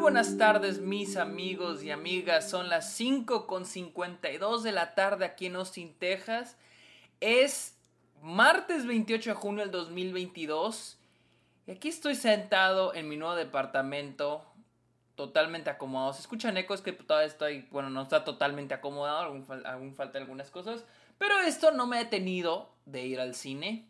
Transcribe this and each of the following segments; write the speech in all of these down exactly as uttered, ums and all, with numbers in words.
buenas tardes, mis amigos y amigas. Son las cinco con cincuenta y dos de la tarde aquí en Austin, Texas. Es martes veintiocho de junio del dos mil veintidós. Y aquí estoy sentado en mi nuevo departamento, totalmente acomodado. Se escuchan ecos que todavía estoy, bueno, no está totalmente acomodado, aún, aún faltan algunas cosas. Pero esto no me ha detenido de ir al cine.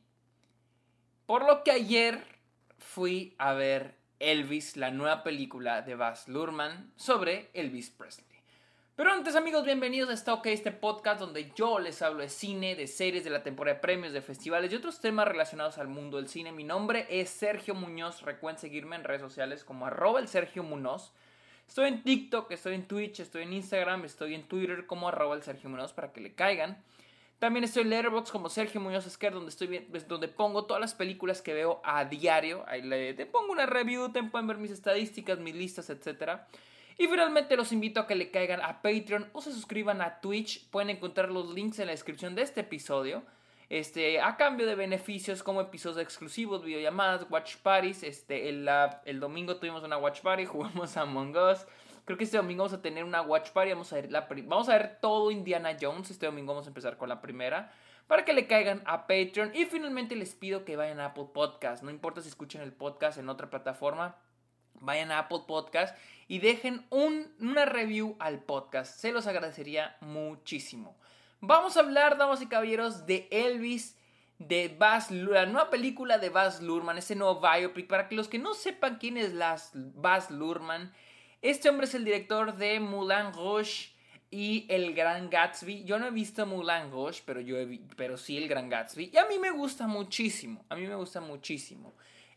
Por lo que ayer fui a ver Elvis, la nueva película de Baz Luhrmann sobre Elvis Presley. Pero antes, amigos, bienvenidos a Está OK, este podcast donde yo les hablo de cine, de series, de la temporada de premios, de festivales y otros temas relacionados al mundo del cine. Mi nombre es Sergio Muñoz. Recuerden seguirme en redes sociales como arroba el Sergio Muñoz. Estoy en TikTok, estoy en Twitch, estoy en Instagram, estoy en Twitter como arroba el Sergio Muñoz para que le caigan. También estoy en Letterboxd como Sergio Muñoz Esquer, donde, estoy bien, donde pongo todas las películas que veo a diario. Ahí le, te pongo una review, te pueden ver mis estadísticas, mis listas, etcétera. Y finalmente los invito a que le caigan a Patreon o se suscriban a Twitch. Pueden encontrar los links en la descripción de este episodio. Este, a cambio de beneficios como episodios exclusivos, videollamadas, watch parties. Este, el, la, el domingo tuvimos una watch party, jugamos a Among Us. Creo que este domingo vamos a tener una watch party. Vamos a ver, la, vamos a ver todo Indiana Jones. Este domingo vamos a empezar con la primera, para que le caigan a Patreon. Y finalmente les pido que vayan a Apple Podcast. No importa si escuchen el podcast en otra plataforma, vayan a Apple Podcast y dejen un, una review al podcast. Se los agradecería muchísimo. Vamos a hablar, damas y caballeros, de Elvis, de Baz Luhrmann, la nueva película de Baz Luhrmann, ese nuevo biopic. Para que los que no sepan quién es las Baz Luhrmann, este hombre es el director de Moulin Rouge y El Gran Gatsby. Yo no he visto Moulin Rouge, pero, yo he, pero sí El Gran Gatsby. Y a mí me gusta muchísimo. A mí me gusta muchísimo.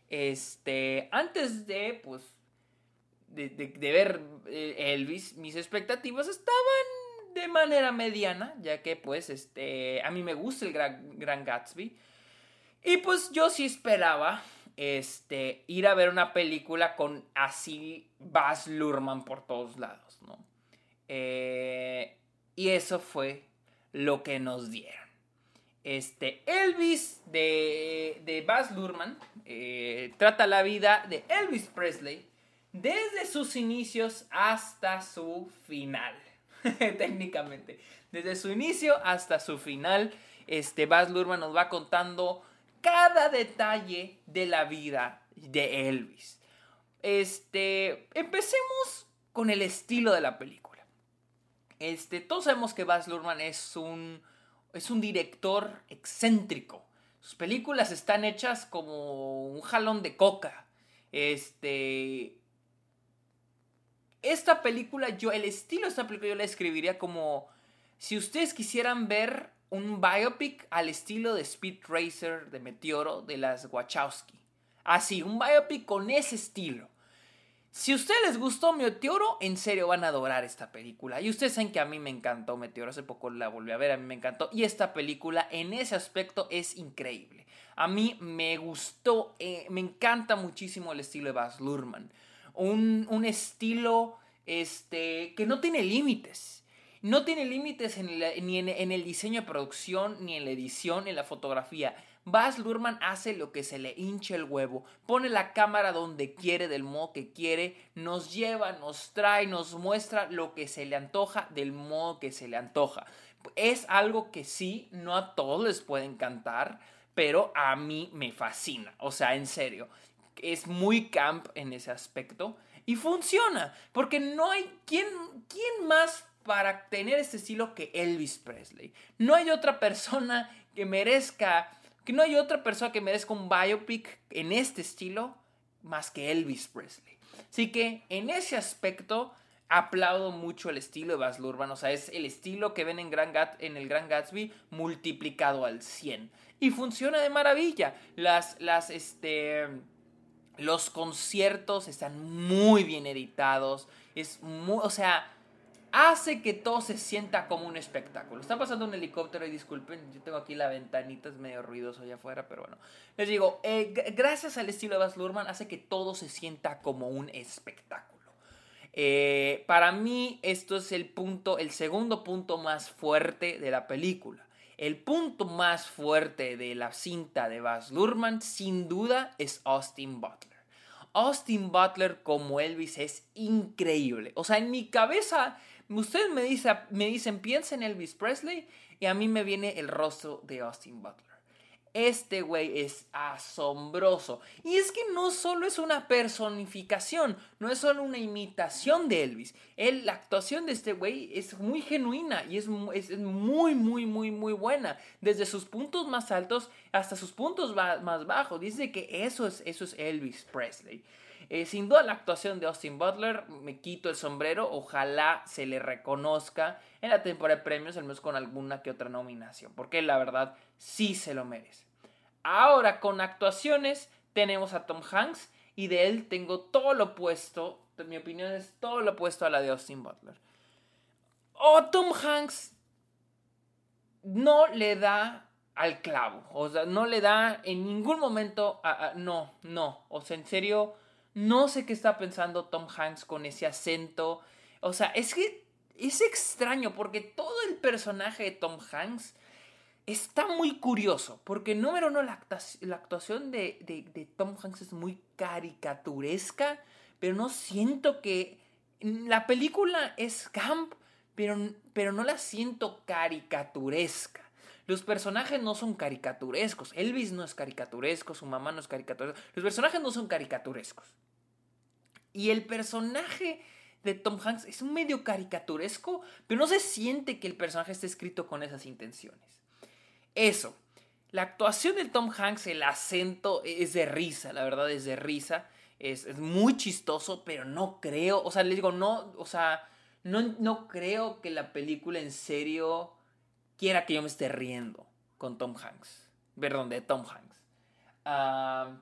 Este, antes de, pues, de, de, de ver Elvis, mis expectativas estaban de manera mediana, ya que, pues, este, a mí me gusta El Gran, Gran Gatsby. Y, pues, yo sí esperaba Este, ir a ver una película con así Baz Luhrmann por todos lados, ¿no? Eh, y eso fue lo que nos dieron. Este, Elvis de, de Baz Luhrmann eh, trata la vida de Elvis Presley desde sus inicios hasta su final. Técnicamente, desde su inicio hasta su final, este, Baz Luhrmann nos va contando cada detalle de la vida de Elvis. Este, empecemos con el estilo de la película. Este, todos sabemos que Baz Luhrmann es un, es un director excéntrico. Sus películas están hechas como un jalón de coca. Este, esta película, yo, el estilo de esta película yo la describiría como si ustedes quisieran ver un biopic al estilo de Speed Racer, de Meteoro, de las Wachowski. Así, un biopic con ese estilo. Si a ustedes les gustó Meteoro, en serio van a adorar esta película. Y ustedes saben que a mí me encantó Meteoro, hace poco la volví a ver, a mí me encantó. Y esta película en ese aspecto es increíble. A mí me gustó, eh, me encanta muchísimo el estilo de Baz Luhrmann. Un, un estilo este, que no tiene límites. No tiene límites en el, ni en, en el diseño de producción, ni en la edición, ni en la fotografía. Baz Luhrmann hace lo que se le hinche el huevo. Pone la cámara donde quiere, del modo que quiere. Nos lleva, nos trae, nos muestra lo que se le antoja, del modo que se le antoja. Es algo que sí, no a todos les puede encantar, pero a mí me fascina. O sea, en serio, es muy camp en ese aspecto. Y funciona, porque no hay... ¿Quién, quién más para tener este estilo que Elvis Presley? No hay otra persona que merezca, que no hay otra persona que merezca un biopic en este estilo más que Elvis Presley. Así que en ese aspecto aplaudo mucho el estilo de Baz Luhrmann. O sea, es el estilo que ven en, Gran Gat- en el Gran Gatsby multiplicado al cien. Y funciona de maravilla. Las, las, este... Los conciertos están muy bien editados. Es muy, o sea, hace que todo se sienta como un espectáculo. Está pasando un helicóptero y disculpen, yo tengo aquí la ventanita, es medio ruidoso allá afuera, pero bueno. Les digo, eh, g- gracias al estilo de Baz Luhrmann hace que todo se sienta como un espectáculo. Eh, para mí esto es el punto, el segundo punto más fuerte de la película. El punto más fuerte de la cinta de Baz Luhrmann, sin duda, es Austin Butler. Austin Butler como Elvis es increíble. O sea, en mi cabeza, ustedes me, dice, me dicen, piensa en Elvis Presley y a mí me viene el rostro de Austin Butler. Este güey es asombroso. Y es que no solo es una personificación, no es solo una imitación de Elvis. Él, la actuación de este güey es muy genuina y es, es, es muy, muy, muy, muy buena. Desde sus puntos más altos hasta sus puntos ba- más bajos. Dice que eso es, eso es Elvis Presley. Eh, sin duda la actuación de Austin Butler, me quito el sombrero, ojalá se le reconozca en la temporada de premios, al menos con alguna que otra nominación, porque la verdad sí se lo merece. Ahora con actuaciones tenemos a Tom Hanks y de él tengo todo lo opuesto, mi opinión es todo lo opuesto a la de Austin Butler. Oh, Tom Hanks no le da al clavo, o sea, no le da en ningún momento, a, a, no, no, o sea, en serio, no sé qué está pensando Tom Hanks con ese acento, o sea, es que es extraño porque todo el personaje de Tom Hanks está muy curioso, porque número uno, la, actuación, la actuación de, de, de Tom Hanks es muy caricaturesca, pero no siento que, la película es camp, pero, pero no la siento caricaturesca. Los personajes no son caricaturescos. Elvis no es caricaturesco, su mamá no es caricaturesco. Los personajes no son caricaturescos. Y el personaje de Tom Hanks es un medio caricaturesco, pero no se siente que el personaje esté escrito con esas intenciones. Eso. La actuación de Tom Hanks, el acento es de risa, la verdad es de risa. Es, es muy chistoso, pero no creo, o sea, les digo, no, o sea, no, no creo que la película en serio quiera que yo me esté riendo con Tom Hanks. Perdón, de Tom Hanks. Uh,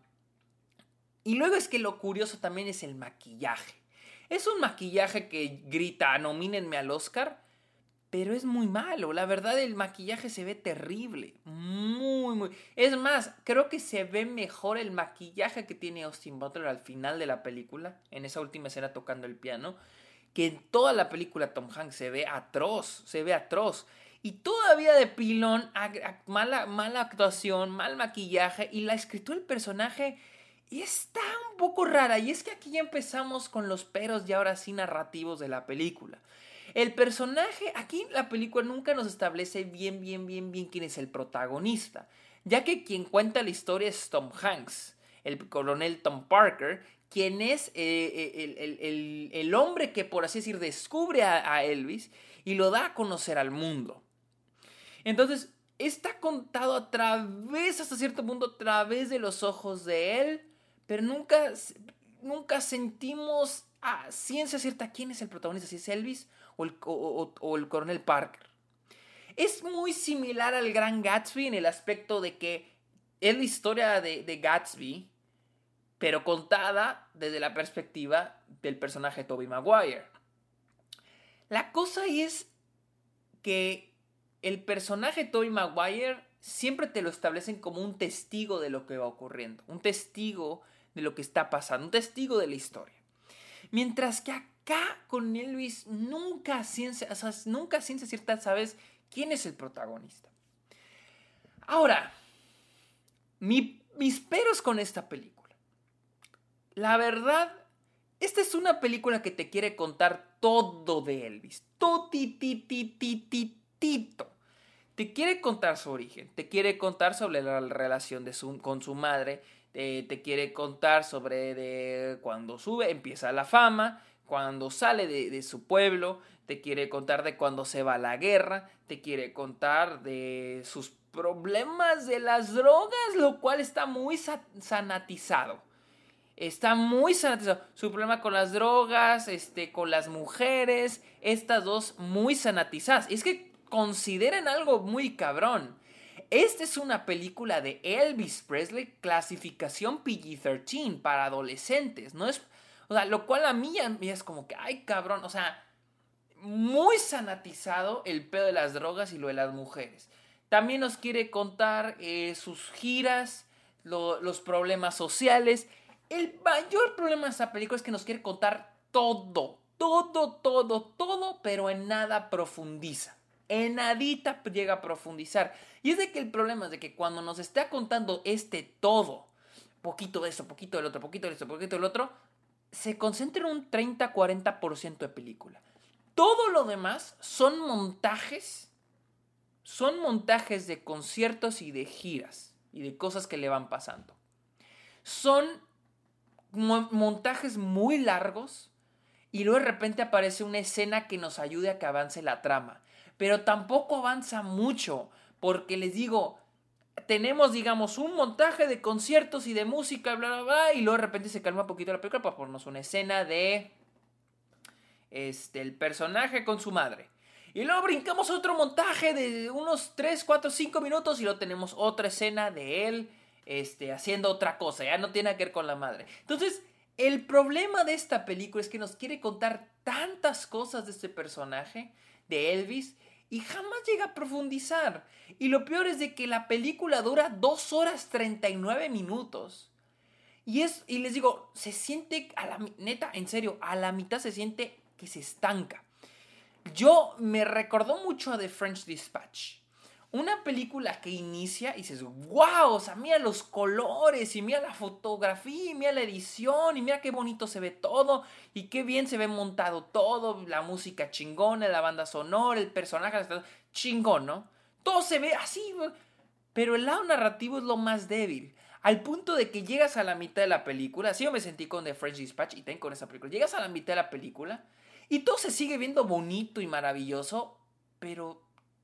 y luego es que lo curioso también es el maquillaje. Es un maquillaje que grita, nomínenme al Oscar, pero es muy malo. La verdad, el maquillaje se ve terrible. Muy, muy. Es más, creo que se ve mejor el maquillaje que tiene Austin Butler al final de la película, en esa última escena tocando el piano, que en toda la película Tom Hanks se ve atroz, se ve atroz. Y todavía de pilón, mala, mala actuación, mal maquillaje, y la escritura del personaje está un poco rara. Y es que aquí ya empezamos con los peros y ahora sí narrativos de la película. El personaje, aquí la película nunca nos establece bien, bien, bien, bien quién es el protagonista, ya que quien cuenta la historia es Tom Hanks, el coronel Tom Parker, quien es eh, el, el, el, el hombre que, por así decir, descubre a, a Elvis y lo da a conocer al mundo. Entonces, está contado a través, hasta cierto punto, a través de los ojos de él, pero nunca, nunca sentimos a ciencia cierta quién es el protagonista, si es Elvis o el, o, o, o el coronel Parker. Es muy similar al Gran Gatsby en el aspecto de que es la historia de, de Gatsby, pero contada desde la perspectiva del personaje Tobey Maguire. La cosa es que el personaje Tobey Maguire siempre te lo establecen como un testigo de lo que va ocurriendo, un testigo de lo que está pasando, un testigo de la historia. Mientras que acá con Elvis nunca ciencia, o sea, nunca ciencia cierta sabes quién es el protagonista. Ahora, mi, mis peros con esta película. La verdad, esta es una película que te quiere contar todo de Elvis. Todititititito. Te quiere contar su origen, te quiere contar sobre la relación de su, con su madre, te, te quiere contar sobre de cuando sube, empieza la fama, cuando sale de, de su pueblo, te quiere contar de cuando se va a la guerra, te quiere contar de sus problemas de las drogas, lo cual está muy sanatizado. Está muy sanatizado. Su problema con las drogas, este, con las mujeres, estas dos muy sanatizadas. Y es que consideren algo muy cabrón. Esta es una película de Elvis Presley, clasificación P G trece para adolescentes. No es, o sea, lo cual a mí, a mí es como que, ay cabrón, o sea, muy sanatizado el pedo de las drogas y lo de las mujeres. También nos quiere contar eh, sus giras, lo, los problemas sociales. El mayor problema de esta película es que nos quiere contar todo, todo, todo, todo, pero en nada profundiza. En nadita llega a profundizar. Y es de que el problema es de que cuando nos está contando este todo, poquito de esto, poquito del otro, poquito de esto, poquito del otro, se concentra en un treinta a cuarenta por ciento de película. Todo lo demás son montajes, son montajes de conciertos y de giras y de cosas que le van pasando. Son montajes muy largos y luego de repente aparece una escena que nos ayude a que avance la trama. Pero tampoco avanza mucho, porque les digo, tenemos, digamos, un montaje de conciertos y de música, bla, bla, bla, y luego de repente se calma un poquito la película para ponernos una escena de este, el personaje con su madre. Y luego brincamos a otro montaje de unos tres, cuatro, cinco minutos y luego tenemos otra escena de él este, haciendo otra cosa. Ya no tiene que ver con la madre. Entonces, el problema de esta película es que nos quiere contar tantas cosas de este personaje, de Elvis, y jamás llega a profundizar. Y lo peor es de que la película dura dos horas treinta y nueve minutos. Y, es, y les digo, se siente, a la neta, en serio, a la mitad se siente que se estanca. Yo me recordó mucho a The French Dispatch. Una película que inicia y dices, wow, o sea, mira los colores y mira la fotografía y mira la edición y mira qué bonito se ve todo y qué bien se ve montado todo, la música chingona, la banda sonora, el personaje chingón, ¿no? Todo se ve así, pero el lado narrativo es lo más débil. Al punto de que llegas a la mitad de la película, así yo me sentí con The French Dispatch y también con esa película, llegas a la mitad de la película y todo se sigue viendo bonito y maravilloso, pero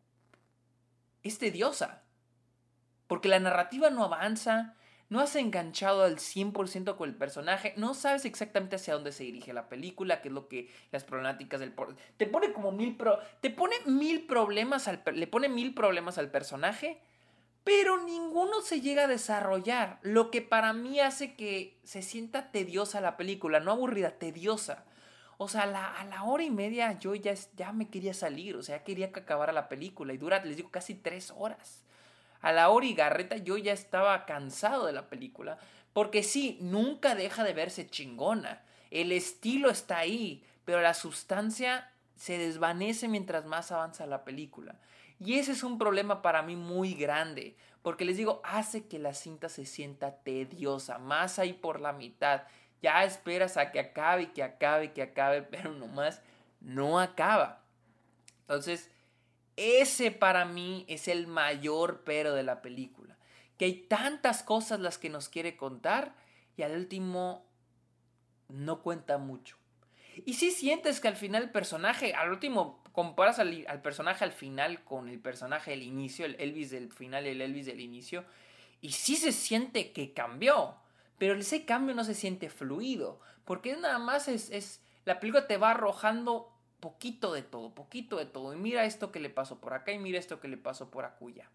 es tediosa. Porque la narrativa no avanza, no has enganchado al cien por ciento con el personaje, no sabes exactamente hacia dónde se dirige la película, qué es lo que las problemáticas del te pone como mil pro, te pone mil problemas al le pone mil problemas al personaje, pero ninguno se llega a desarrollar, lo que para mí hace que se sienta tediosa la película, no aburrida, tediosa. O sea, a la, a la hora y media yo ya, ya me quería salir, o sea, quería que acabara la película y dura, les digo, casi tres horas. A la hora y garreta yo ya estaba cansado de la película, porque sí, nunca deja de verse chingona. El estilo está ahí, pero la sustancia se desvanece mientras más avanza la película. Y ese es un problema para mí muy grande, porque les digo, hace que la cinta se sienta tediosa, más ahí por la mitad. Ya esperas a que acabe, que acabe, que acabe, pero nomás no acaba. Entonces, ese para mí es el mayor pero de la película. Que hay tantas cosas las que nos quiere contar y al último no cuenta mucho. Y si sientes que al final el personaje, al último comparas al, al personaje al final con el personaje del inicio, el Elvis del final y el Elvis del inicio, y sí se siente que cambió. Pero ese cambio no se siente fluido, porque nada más es, es, la película te va arrojando poquito de todo, poquito de todo, y mira esto que le pasó por acá, y mira esto que le pasó por acuya.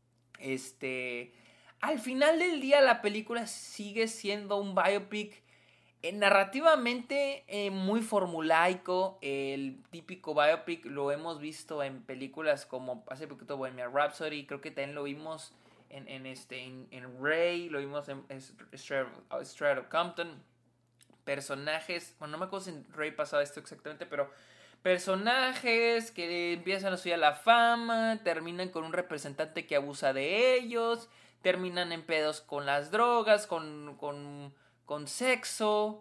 Este, al final del día la película sigue siendo un biopic eh, narrativamente eh, muy formulaico, el típico biopic lo hemos visto en películas como hace poquito Bohemian Rhapsody, creo que también lo vimos En, en, este, en, en Ray, lo vimos en Straight of Compton. Personajes, bueno, no me acuerdo si en Ray pasaba esto exactamente, pero personajes que empiezan a subir a la fama, terminan con un representante que abusa de ellos, terminan en pedos con las drogas, con, con, con sexo,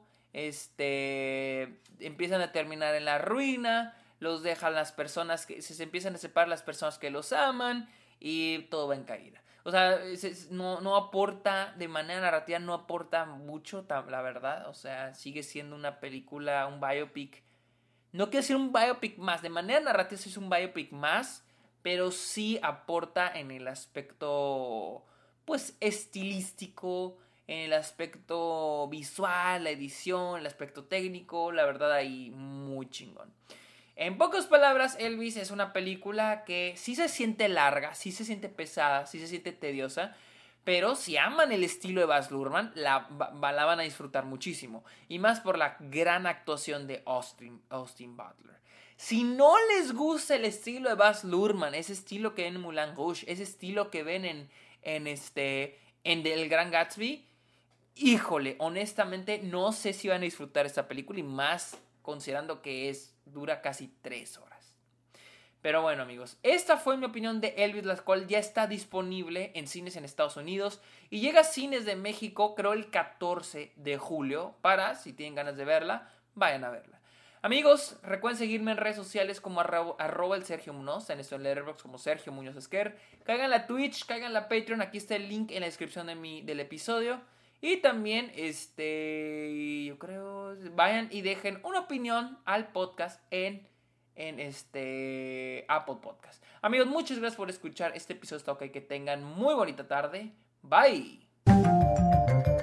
este, empiezan a terminar en la ruina, los dejan las personas que se empiezan a separar las personas que los aman y todo va en caída. O sea, no, no aporta, de manera narrativa, no aporta mucho, la verdad. O sea, sigue siendo una película, un biopic. No quiero decir un biopic más, de manera narrativa sí es un biopic más, pero sí aporta en el aspecto, pues, estilístico, en el aspecto visual, la edición, el aspecto técnico, la verdad ahí muy chingón. En pocas palabras, Elvis es una película que sí se siente larga, sí se siente pesada, sí se siente tediosa, pero si aman el estilo de Baz Luhrmann, la, la van a disfrutar muchísimo. Y más por la gran actuación de Austin, Austin Butler. Si no les gusta el estilo de Baz Luhrmann, ese estilo que ven en Moulin Rouge, ese estilo que ven en, en, este, en El Gran Gatsby, híjole, honestamente no sé si van a disfrutar esta película y más considerando que es dura casi tres horas. Pero bueno, amigos, esta fue mi opinión de Elvis, la cual ya está disponible en cines en Estados Unidos y llega a cines de México, creo, el catorce de julio, para, si tienen ganas de verla, vayan a verla. Amigos, recuerden seguirme en redes sociales como arroba, arroba el Sergio Munoz, en esto en Letterboxd como Sergio Muñoz Esquer. Caigan a Twitch, caigan a Patreon, aquí está el link en la descripción de mi, del episodio. Y también, este, yo creo, vayan y dejen una opinión al podcast en, en este Apple Podcast. Amigos, muchas gracias por escuchar este episodio. Está ok, que tengan muy bonita tarde. Bye.